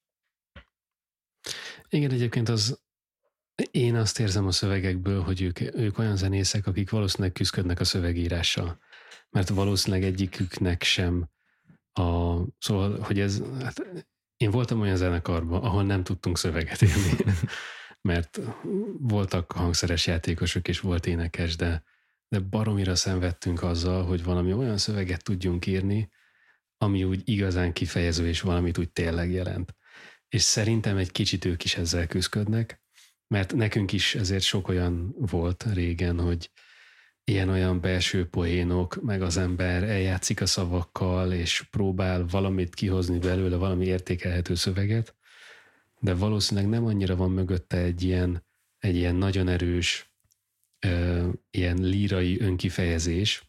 Speaker 1: Igen, egyébként én azt érzem a szövegekből, hogy ők olyan zenészek, akik valószínűleg küzdködnek a szövegírással. Mert valószínűleg egyiküknek sem szóval, hogy én voltam olyan zenekarban, ahol nem tudtunk szöveget írni, mert voltak hangszeres játékosok, és volt énekes, de baromira szenvedtünk azzal, hogy valami olyan szöveget tudjunk írni, ami úgy igazán kifejező, és valamit úgy tényleg jelent. És szerintem egy kicsit ők is ezzel küzdködnek, mert nekünk is ezért sok olyan volt régen, hogy ilyen-olyan belső poénok, meg az ember eljátszik a szavakkal, és próbál valamit kihozni belőle, valami értékelhető szöveget, de valószínűleg nem annyira van mögötte egy ilyen nagyon erős, ilyen lírai önkifejezés,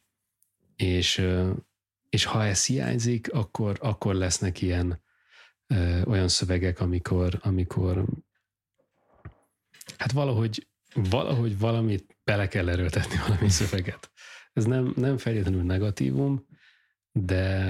Speaker 1: és ha ez hiányzik, akkor lesznek ilyen olyan szövegek, amikor hát valahogy valamit bele kell erőltetni, valami szöveget. Ez nem feltétlenül negatívum, de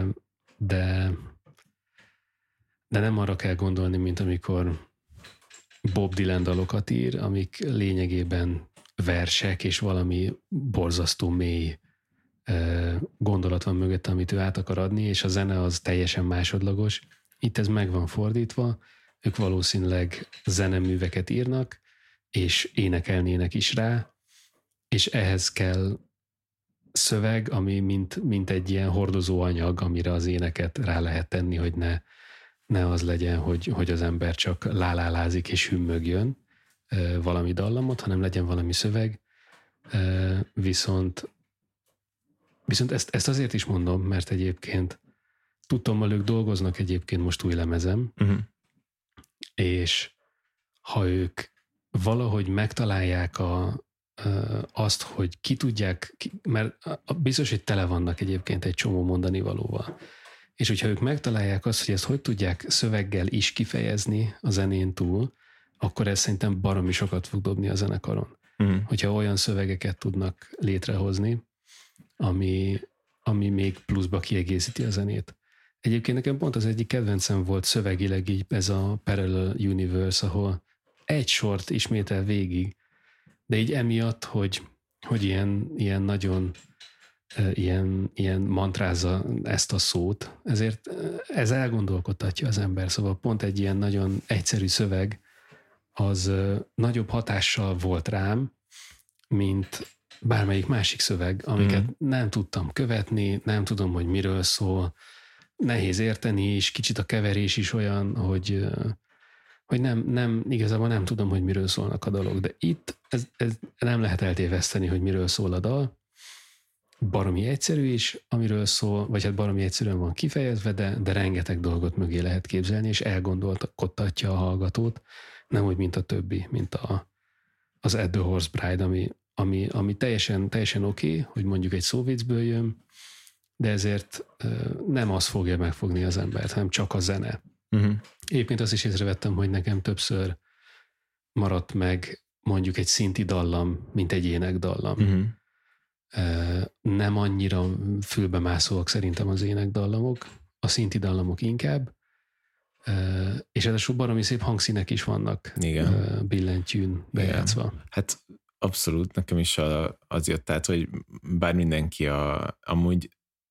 Speaker 1: nem arra kell gondolni, mint amikor Bob Dylan dalokat ír, amik lényegében versek, és valami borzasztó mély gondolat van mögött, amit ő át akar adni, és a zene az teljesen másodlagos. Itt ez meg van fordítva, ők valószínűleg zeneműveket írnak, és énekelnének is rá, és ehhez kell szöveg, ami mint egy ilyen hordozó anyag, amire az éneket rá lehet tenni, hogy ne az legyen, hogy az ember csak lálálázik és hümmögjön valami dallamot, hanem legyen valami szöveg. Viszont ezt azért is mondom, mert egyébként tudtommal ők dolgoznak egyébként most új lemezem, és ha ők valahogy megtalálják azt, hogy ki tudják, mert biztos, hogy tele vannak egyébként egy csomó mondani valóval. És hogyha ők megtalálják azt, hogy ezt hogy tudják szöveggel is kifejezni a zenén túl, akkor ez szerintem baromi sokat fog dobni a zenekaron. Hogyha olyan szövegeket tudnak létrehozni, ami még pluszba kiegészíti a zenét. Egyébként nekem pont az egyik kedvencem volt szövegileg így ez a Parallel Universe, ahol egy sort ismétel végig, de így emiatt, hogy ilyen nagyon ilyen mantrázza ezt a szót, ezért ez elgondolkodtatja az ember. Szóval pont egy ilyen nagyon egyszerű szöveg az nagyobb hatással volt rám, mint bármelyik másik szöveg, amiket nem tudtam követni, nem tudom, hogy miről szól, nehéz érteni, és kicsit a keverés is olyan, hogy nem igazából nem tudom, hogy miről szólnak a dalok, de itt ez nem lehet eltéveszteni, hogy miről szól a dal. Baromi egyszerű is, amiről szól, vagy hát baromi egyszerűen van kifejezve, de rengeteg dolgot mögé lehet képzelni, és elgondolkodtatja a hallgatót, nem úgy, mint a többi, mint az At the Horse Bride, ami teljesen oké, hogy mondjuk egy szóviccből jön, de ezért nem az fogja megfogni az embert, hanem csak a zene. Egyébként azt is észrevettem, hogy nekem többször maradt meg mondjuk egy szinti dallam, mint egy énekdallam. Nem annyira fülbemászóak szerintem az énekdallamok, a szinti dallamok inkább, és ráadásul baromi szép hangszínek is vannak.
Speaker 2: Igen.
Speaker 1: Billentyűn bejátszva.
Speaker 2: Igen. Hát abszolút, nekem is az jött át, hogy bár mindenki amúgy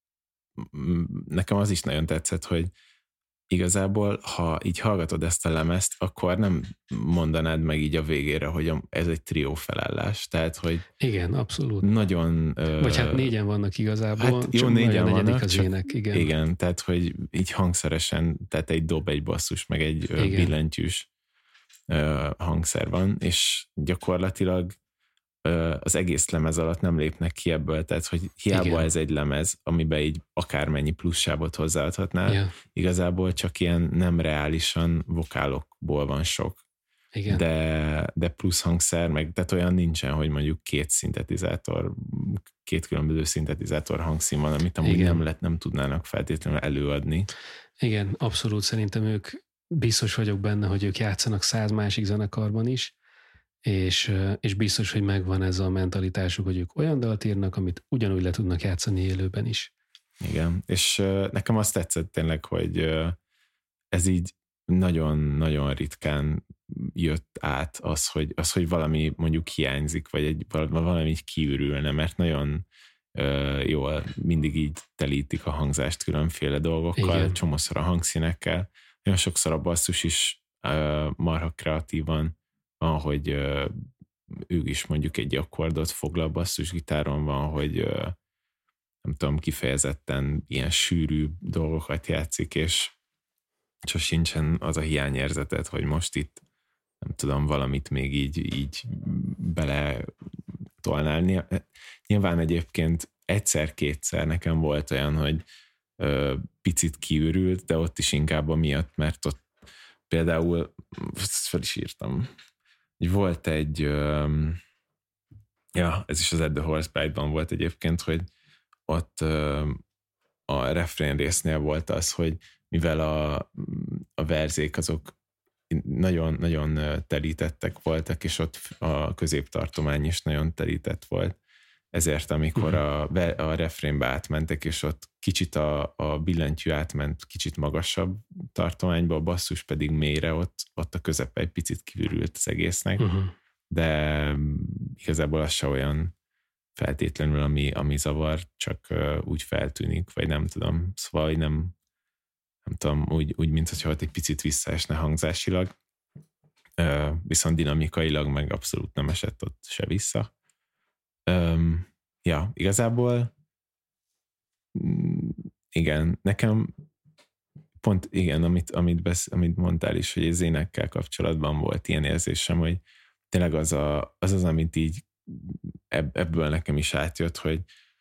Speaker 2: nekem az is nagyon tetszett, hogy igazából, ha így hallgatod ezt a lemezt, akkor nem mondanád meg így a végére, hogy ez egy trió felállás. Tehát, hogy
Speaker 1: igen, abszolút.
Speaker 2: Nagyon...
Speaker 1: Vagy hát 4 vannak igazából.
Speaker 2: Hát jó, 4 vannak,
Speaker 1: az ének, igen.
Speaker 2: Igen, tehát, hogy így hangszeresen, tehát egy dob, egy basszus, meg egy billentyűs hangszer van, és gyakorlatilag az egész lemez alatt nem lépnek ki ebből, tehát hogy hiába igen. Ez egy lemez, amiben így akármennyi pluszsávot hozzáadhatnál, igazából csak ilyen nem reálisan vokálokból van sok.
Speaker 1: Igen.
Speaker 2: De plusz hangszer, meg tehát olyan nincsen, hogy mondjuk 2 különböző szintetizátor hangszín van, amit amúgy nem tudnának feltétlenül előadni.
Speaker 1: Igen, abszolút szerintem ők, biztos vagyok benne, hogy ők játszanak 100 másik zenekarban is, és biztos, hogy megvan ez a mentalitásuk, hogy ők olyan dalt írnak, amit ugyanúgy le tudnak játszani élőben is.
Speaker 2: Igen, és nekem azt tetszett tényleg, hogy ez így nagyon-nagyon ritkán jött át az, hogy valami mondjuk hiányzik, vagy valami így kiürülne, mert nagyon jól mindig így telítik a hangzást különféle dolgokkal, igen. Csomószor a hangszínekkel, nagyon sokszor a basszus is marha kreatívan, ahogy ő is mondjuk egy akkordot foglal basszusgitáron, van, hogy nem tudom, kifejezetten ilyen sűrű dolgokat játszik, és sincsen az a hiányérzetet, hogy most itt nem tudom, valamit még így bele tolnálni. Nyilván egyébként egyszer-kétszer nekem volt olyan, hogy picit kiürült, de ott is inkább amiatt, mert ott például, fel is írtam, volt egy ez is az At the Horse Bride-ban volt egyébként, hogy ott a refrén résznél volt az, hogy mivel a verzék azok nagyon telítettek voltak, és ott a középtartomány is nagyon telített volt. Ezért amikor a refrénbe átmentek, és ott kicsit a billentyű átment kicsit magasabb tartományba, a basszus pedig mélyre, ott a közepe egy picit kivürült az egésznek, de igazából az se olyan feltétlenül, ami zavar, csak úgy feltűnik, vagy nem tudom. Szóval nem tudom, úgy mint hogyha ott egy picit visszaesne hangzásilag, viszont dinamikailag meg abszolút nem esett ott se vissza. Igazából igen, nekem pont igen, amit mondtál is, hogy az énekkel kapcsolatban volt ilyen érzésem, hogy tényleg az, amit így ebből nekem is átjött, hogy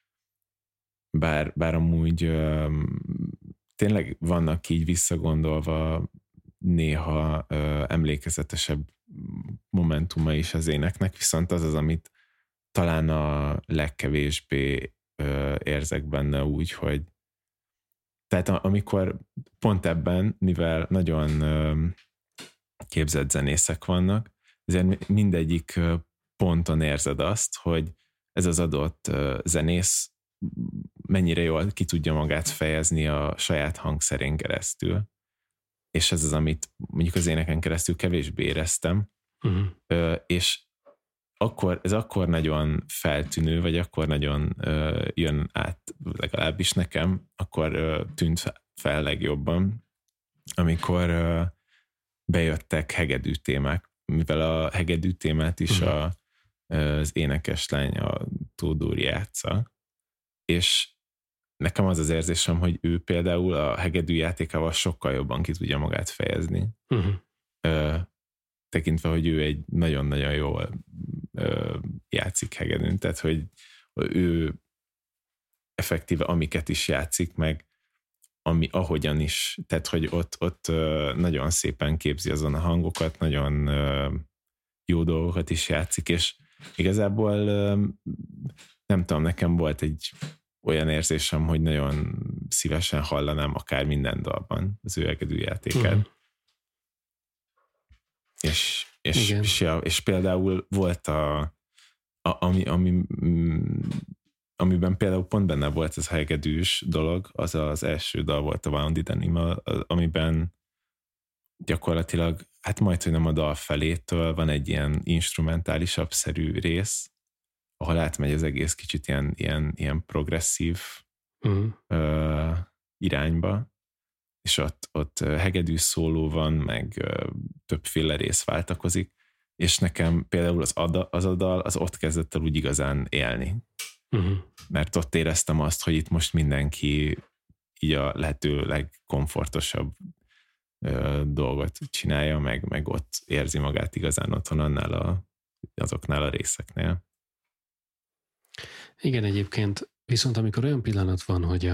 Speaker 2: bár amúgy tényleg vannak így visszagondolva néha emlékezetesebb momentuma is az éneknek, viszont az, amit talán a legkevésbé érzek benne úgy, hogy tehát amikor pont ebben, mivel nagyon képzett zenészek vannak, ezért mindegyik ponton érzed azt, hogy ez az adott zenész mennyire jól ki tudja magát fejezni a saját hangszerén keresztül. És ez az, amit mondjuk az éneken keresztül kevésbé éreztem. És ez akkor nagyon feltűnő, vagy akkor nagyon jön át, legalábbis nekem, akkor tűnt fel legjobban, amikor bejöttek hegedű témák, mivel a hegedű témát is az énekeslány, a Tódor játsza, és nekem az az érzésem, hogy ő például a hegedű játékával sokkal jobban ki tudja magát fejezni. Tekintve, hogy ő egy nagyon-nagyon jól játszik hegedűn, tehát hogy ő effektíve amiket is játszik meg, ahogyan is, tehát hogy ott nagyon szépen képzi azon a hangokat, nagyon jó dolgokat is játszik, és igazából nem tudom, nekem volt egy olyan érzésem, hogy nagyon szívesen hallanám akár minden dalban az ő hegedű játékát. És például volt amiben például pont benne volt ez a hegedűs dolog, az első dal volt a Wounded Animal, amiben gyakorlatilag, hát majd, hogy nem a dal felétől van egy ilyen instrumentálisabb-szerű rész, ahol átmegy az egész kicsit ilyen progresszív irányba, és ott hegedű szóló van, meg többféle rész váltakozik, és nekem például az a dal az ott kezdett el úgy igazán élni. Mert ott éreztem azt, hogy itt most mindenki így a lehető legkomfortosabb dolgot csinálja, meg ott érzi magát igazán otthon azoknál a részeknél.
Speaker 1: Igen, egyébként viszont amikor olyan pillanat van, hogy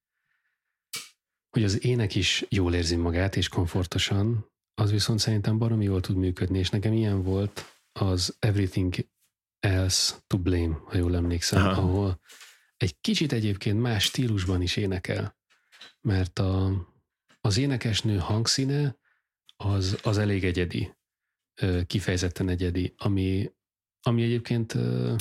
Speaker 1: az ének is jól érzi magát, és komfortosan, az viszont szerintem baromi jól tud működni, és nekem ilyen volt az Everything Else to Blame, ha jól emlékszem, ahol egy kicsit egyébként más stílusban is énekel, mert az énekesnő hangszíne az elég egyedi, kifejezetten egyedi, ami egyébként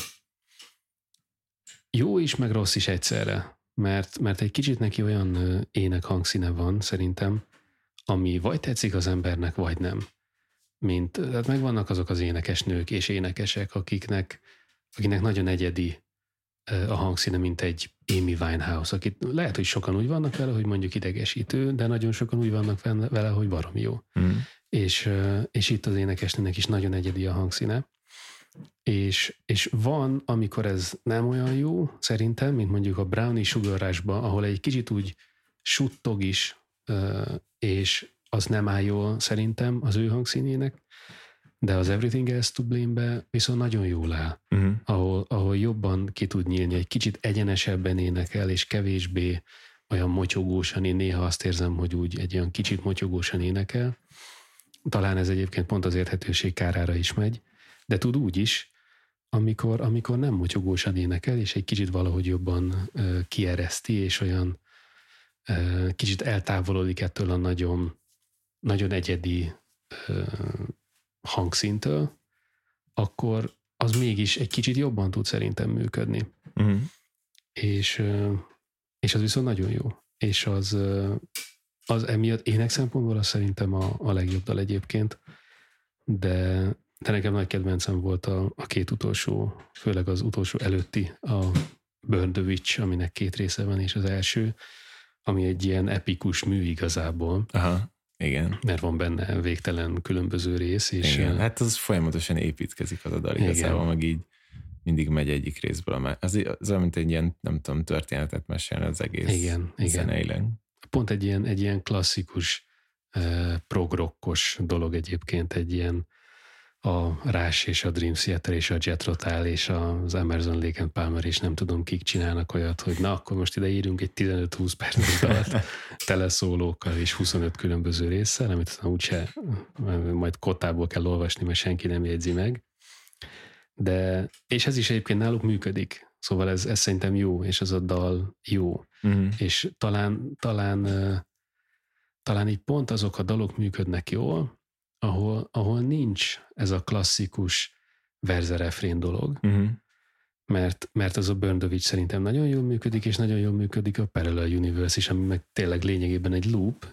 Speaker 1: jó is, meg rossz is egyszerre, mert egy kicsit neki olyan ének hangszíne van szerintem, ami vagy tetszik az embernek, vagy nem. Tehát megvannak azok az énekesnők és énekesek, akiknek nagyon egyedi a hangszíne, mint egy Amy Winehouse, akit lehet, hogy sokan úgy vannak vele, hogy mondjuk idegesítő, de nagyon sokan úgy vannak vele, hogy baromi jó. És itt az énekesnőnek is nagyon egyedi a hangszíne. És van, amikor ez nem olyan jó, szerintem, mint mondjuk a Brownie Sugar Rush-ba, ahol egy kicsit úgy suttog is, és az nem áll jól szerintem az ő hangszínének, de az Everything Else to Blame-be viszont nagyon jól áll, ahol jobban ki tud nyílni, egy kicsit egyenesebben énekel, és kevésbé olyan motyogósan, én néha azt érzem, hogy úgy egy olyan kicsit motyogósan énekel. Talán ez egyébként pont az érthetőség kárára is megy, de tud úgy is, amikor nem motyogósan énekel, és egy kicsit valahogy jobban kiereszti, és olyan kicsit eltávolodik ettől a nagyon, nagyon egyedi hangszíntől, akkor az mégis egy kicsit jobban tud szerintem működni. És az viszont nagyon jó. És az emiatt ének szempontból az szerintem a legjobb dal egyébként, de nekem nagy kedvencem volt a két utolsó, főleg az utolsó előtti, a Burn the Witch, aminek 2 része van, és az első, ami egy ilyen epikus mű igazából.
Speaker 2: Igen.
Speaker 1: Mert van benne végtelen különböző rész. És
Speaker 2: igen, hát az folyamatosan építkezik az a dal igazából, meg így mindig megy egyik részből. Az olyan, mint egy ilyen, nem tudom, történetet mesélni az egész zeneileg.
Speaker 1: Pont egy ilyen klasszikus prog-rockos dolog egyébként, egy ilyen a Rush és a Dream Theater és a Jethro Tull és az Emerson, Lake and Palmer és nem tudom kik csinálnak olyat, hogy na akkor most ide írunk egy 15-20 perces dalt teleszólókkal és 25 különböző résszel, amit aztán úgyse majd kottából kell olvasni, mert senki nem jegyzi meg. És ez is egyébként náluk működik. Szóval ez szerintem jó, és ez a dal jó. És talán így pont azok a dalok működnek jól, ahol nincs ez a klasszikus verze-refrén dolog, mert az a Burn the Witch szerintem nagyon jól működik, és nagyon jól működik a Parallel Universe is, ami meg tényleg lényegében egy loop,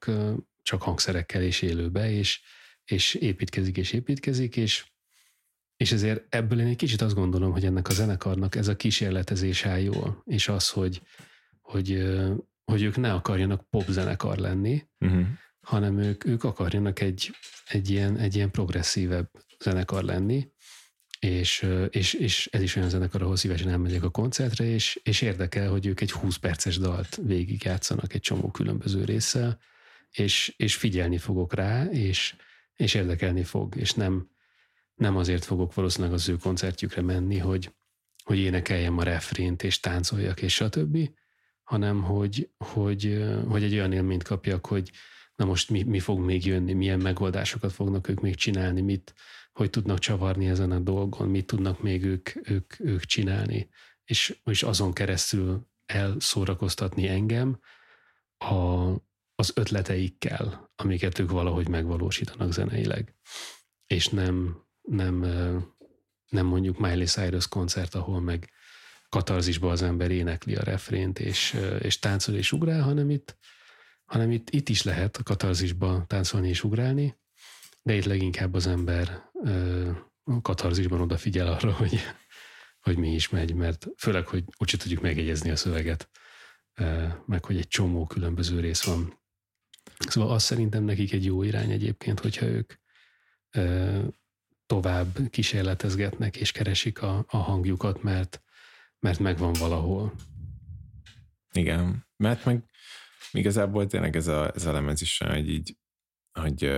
Speaker 1: csak hangszerekkel és élőbe, és építkezik, és És ezért ebből én egy kicsit azt gondolom, hogy ennek a zenekarnak ez a kísérletezés áll jól, és az, hogy ők ne akarjanak popzenekar lenni, hanem ők akarjanak egy ilyen progresszívebb zenekar lenni, és ez is olyan zenekar, ahol szívesen elmegyek a koncertre, és érdekel, hogy ők egy 20 perces dalt végigjátszanak egy csomó különböző résszel, és figyelni fogok rá, és érdekelni fog, és nem azért fogok valószínűleg az ő koncertjükre menni, hogy énekeljem a refrént, és táncoljak, és stb., hanem hogy egy olyan élményt kapjak, hogy na most mi fog még jönni, milyen megoldásokat fognak ők még csinálni, hogy tudnak csavarni ezen a dolgon, mit tudnak még ők csinálni, és azon keresztül elszórakoztatni engem az ötleteikkel, amiket ők valahogy megvalósítanak zeneileg. És nem mondjuk Miley Cyrus koncert, ahol meg katarzisba az ember énekli a refrént, és táncol és ugrál, hanem itt is lehet a katarzisba táncolni és ugrálni, de itt leginkább az ember a katarzisban odafigyel arra, hogy mi is megy, mert főleg, hogy úgyse tudjuk megjegyezni a szöveget, meg hogy egy csomó különböző rész van. Szóval azt szerintem nekik egy jó irány egyébként, hogyha ők tovább kísérletezgetnek és keresik a hangjukat, mert megvan valahol.
Speaker 2: Igen, mert meg igazából tényleg ez a lemez is hogy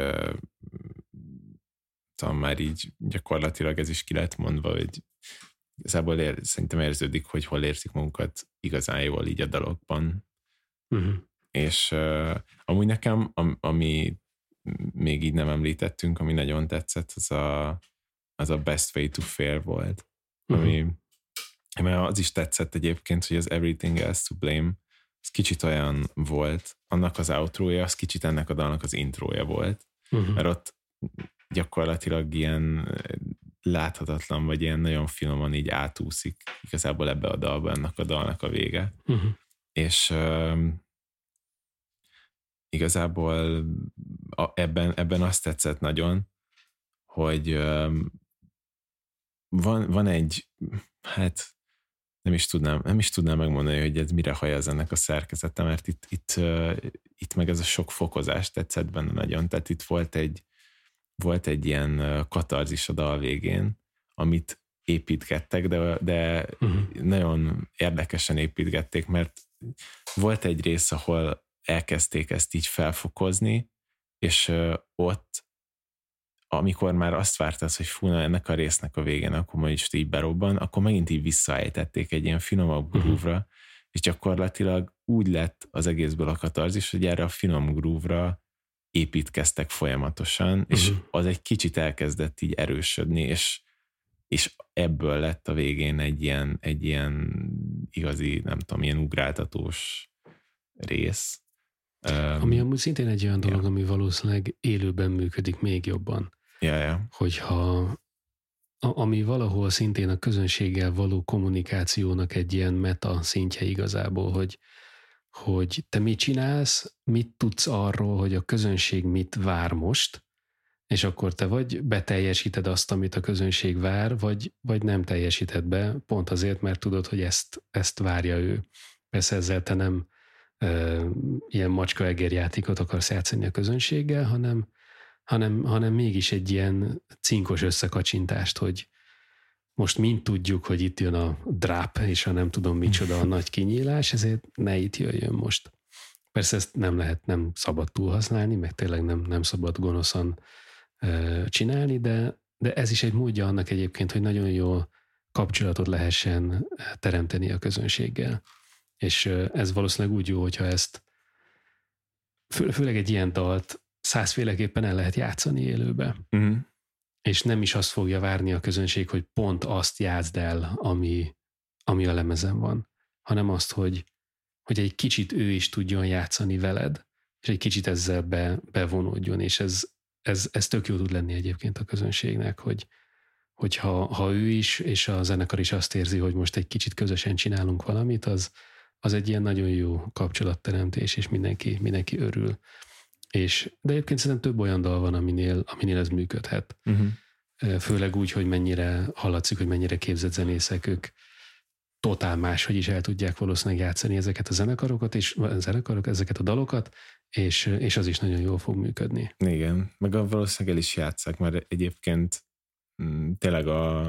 Speaker 2: talán már így gyakorlatilag ez is ki lett mondva, hogy igazából szerintem érződik, hogy hol érzik magukat igazán jól így a dalokban. És amúgy nekem, ami még így nem említettünk, ami nagyon tetszett, az a Best Way to Fail volt. Mert az is tetszett egyébként, hogy az Everything Else to Blame az kicsit olyan volt, annak az outrója, az kicsit ennek a dalnak az intrója volt. Mert ott gyakorlatilag ilyen láthatatlan, vagy ilyen nagyon finoman így átúszik igazából ebbe a dalba, ennek a dalnak a vége. És igazából ebben azt tetszett nagyon, hogy van egy, hát nem is tudnám megmondani, hogy ez mire hajaz ennek a szerkezete, mert itt meg ez a sok fokozás tetszett benne nagyon, tehát itt volt egy ilyen katarzis a dal végén, amit építgettek, de nagyon érdekesen építgették, mert volt egy rész, ahol elkezdték ezt így felfokozni, és ott, amikor már azt vártad, hogy fú, ennek a résznek a végén, akkor majd is így berobban, akkor megint így visszaejtették egy ilyen finomabb groove-ra, és gyakorlatilag úgy lett az egészből a katarzis, hogy erre a finom groove-ra építkeztek folyamatosan, és az egy kicsit elkezdett így erősödni, és ebből lett a végén egy ilyen igazi, nem tudom, ilyen ugráltatós rész.
Speaker 1: Ami amúgy szintén egy olyan dolog, ami valószínűleg élőben működik még jobban. Hogyha ami valahol szintén a közönséggel való kommunikációnak egy ilyen meta szintje igazából, hogy te mit csinálsz, mit tudsz arról, hogy a közönség mit vár most, és akkor te vagy beteljesíted azt, amit a közönség vár, vagy nem teljesíted be, pont azért, mert tudod, hogy ezt várja ő. Persze ezzel te nem ilyen macska-egér játékot akarsz játszani a közönséggel, hanem mégis egy ilyen cinkos összekacsintást, hogy most mind tudjuk, hogy itt jön a dráp, és a nem tudom micsoda a nagy kinyílás, ezért ne itt jöjjön most. Persze ezt nem szabad túlhasználni, meg tényleg nem szabad gonoszan csinálni, de ez is egy módja annak egyébként, hogy nagyon jól kapcsolatot lehessen teremteni a közönséggel. És ez valószínűleg úgy jó, hogyha ezt főleg egy ilyen dalt 100-féleképpen el lehet játszani élőbe. És nem is azt fogja várni a közönség, hogy pont azt játszd el, ami a lemezen van, hanem azt, hogy egy kicsit ő is tudjon játszani veled, és egy kicsit ezzel bevonódjon, és ez tök jó tud lenni egyébként a közönségnek, hogy ha ő is, és a zenekar is azt érzi, hogy most egy kicsit közösen csinálunk valamit, az egy ilyen nagyon jó kapcsolatteremtés, és mindenki örül. De egyébként szerintem több olyan dal van, aminél ez működhet. főleg úgy, hogy mennyire hallatszik, hogy mennyire képzett zenészek, ők totál máshogy is el tudják valószínűleg játszani ezeket a ezeket a dalokat, és az is nagyon jól fog működni.
Speaker 2: Igen, meg valószínűleg el is játsszák, mert egyébként tényleg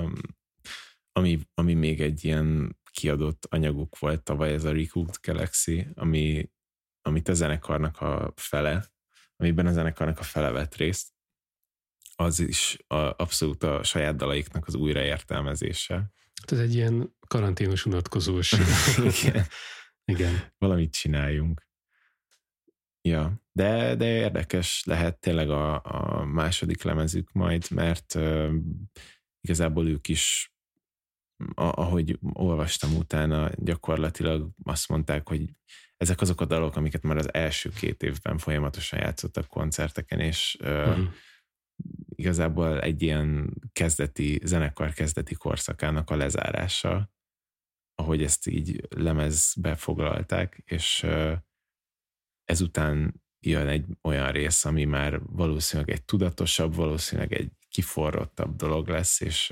Speaker 2: ami még egy ilyen kiadott anyaguk volt tavaly, ez a Recooked Galaxy, amit a zenekarnak a fele, amiben a zenekarnak a fele vett részt, az is abszolút a saját dalaiknak az újraértelmezése.
Speaker 1: Ez egy ilyen karanténos unatkozós.
Speaker 2: Igen.
Speaker 1: Igen.
Speaker 2: Valamit csináljunk. Ja, de érdekes lehet tényleg a második lemezük majd, mert igazából ők is, ahogy olvastam utána, gyakorlatilag azt mondták, hogy ezek azok a dalok, amiket már az első 2 évben folyamatosan játszottak koncerteken, és igazából egy ilyen zenekar kezdeti korszakának a lezárása, ahogy ezt így lemezbe foglalták, és ezután jön egy olyan rész, ami már valószínűleg egy tudatosabb, valószínűleg egy kiforrottabb dolog lesz, és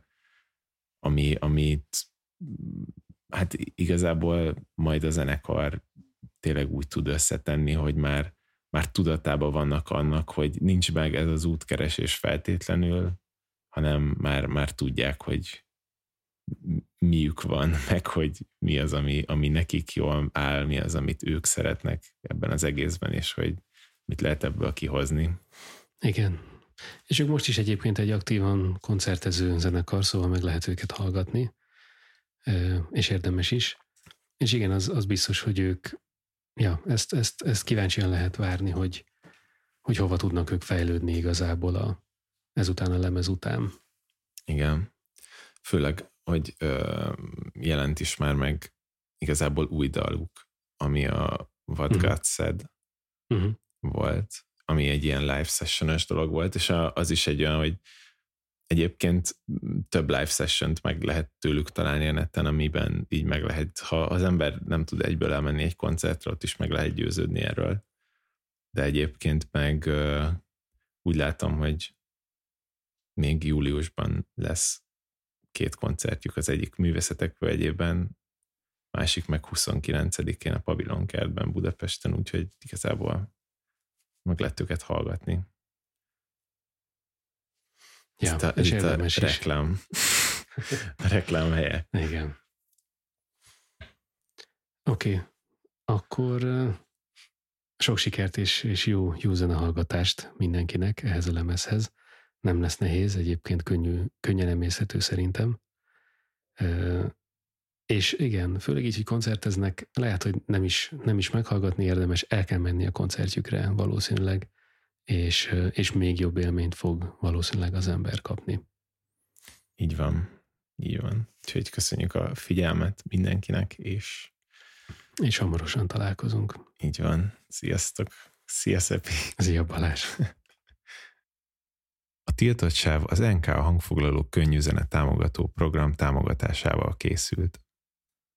Speaker 2: amit hát igazából majd a zenekar tényleg úgy tud összetenni, hogy már tudatában vannak annak, hogy nincs meg ez az útkeresés feltétlenül, hanem már tudják, hogy miük van, meg hogy mi az, ami nekik jól áll, mi az, amit ők szeretnek ebben az egészben, és hogy mit lehet ebből kihozni.
Speaker 1: Igen. És ők most is egyébként egy aktívan koncertező zenekar, szóval meg lehet őket hallgatni, és érdemes is. És igen, az biztos, hogy ők, ezt kíváncsian lehet várni, hogy hova tudnak ők fejlődni igazából ezután a lemez után.
Speaker 2: Igen. Főleg, hogy jelent is már meg igazából új daluk, ami a What God Said volt, ami egy ilyen live session-ös dolog volt, és az is egy olyan, hogy egyébként több live session-t meg lehet tőlük találni a neten, amiben így meg lehet, ha az ember nem tud egyből elmenni egy koncertre, ott is meg lehet győződni erről. De egyébként meg úgy látom, hogy még júliusban lesz 2 koncertjük, az egyik Művészetek Völgyében, másik meg 29-én a Pavilon Kertben Budapesten, úgyhogy igazából meg lehet őket hallgatni.
Speaker 1: Ja, és érdemes is.
Speaker 2: Reklám helye.
Speaker 1: Igen. Oké. Akkor sok sikert és jó zenehallgatást mindenkinek ehhez a lemezhez. Nem lesz nehéz, egyébként könnyen emészhető szerintem. És igen, főleg így, hogy koncerteznek, lehet, hogy nem is meghallgatni érdemes, el kell menni a koncertjükre valószínűleg, és még jobb élményt fog valószínűleg az ember kapni.
Speaker 2: Így van. Úgyhogy köszönjük a figyelmet mindenkinek, és
Speaker 1: hamarosan találkozunk.
Speaker 2: Így van. Sziasztok. Szia, Szepi.
Speaker 1: Szia, Balázs.
Speaker 2: A Tiltott Sáv az NK Hangfoglaló könnyű zene támogató program támogatásával készült.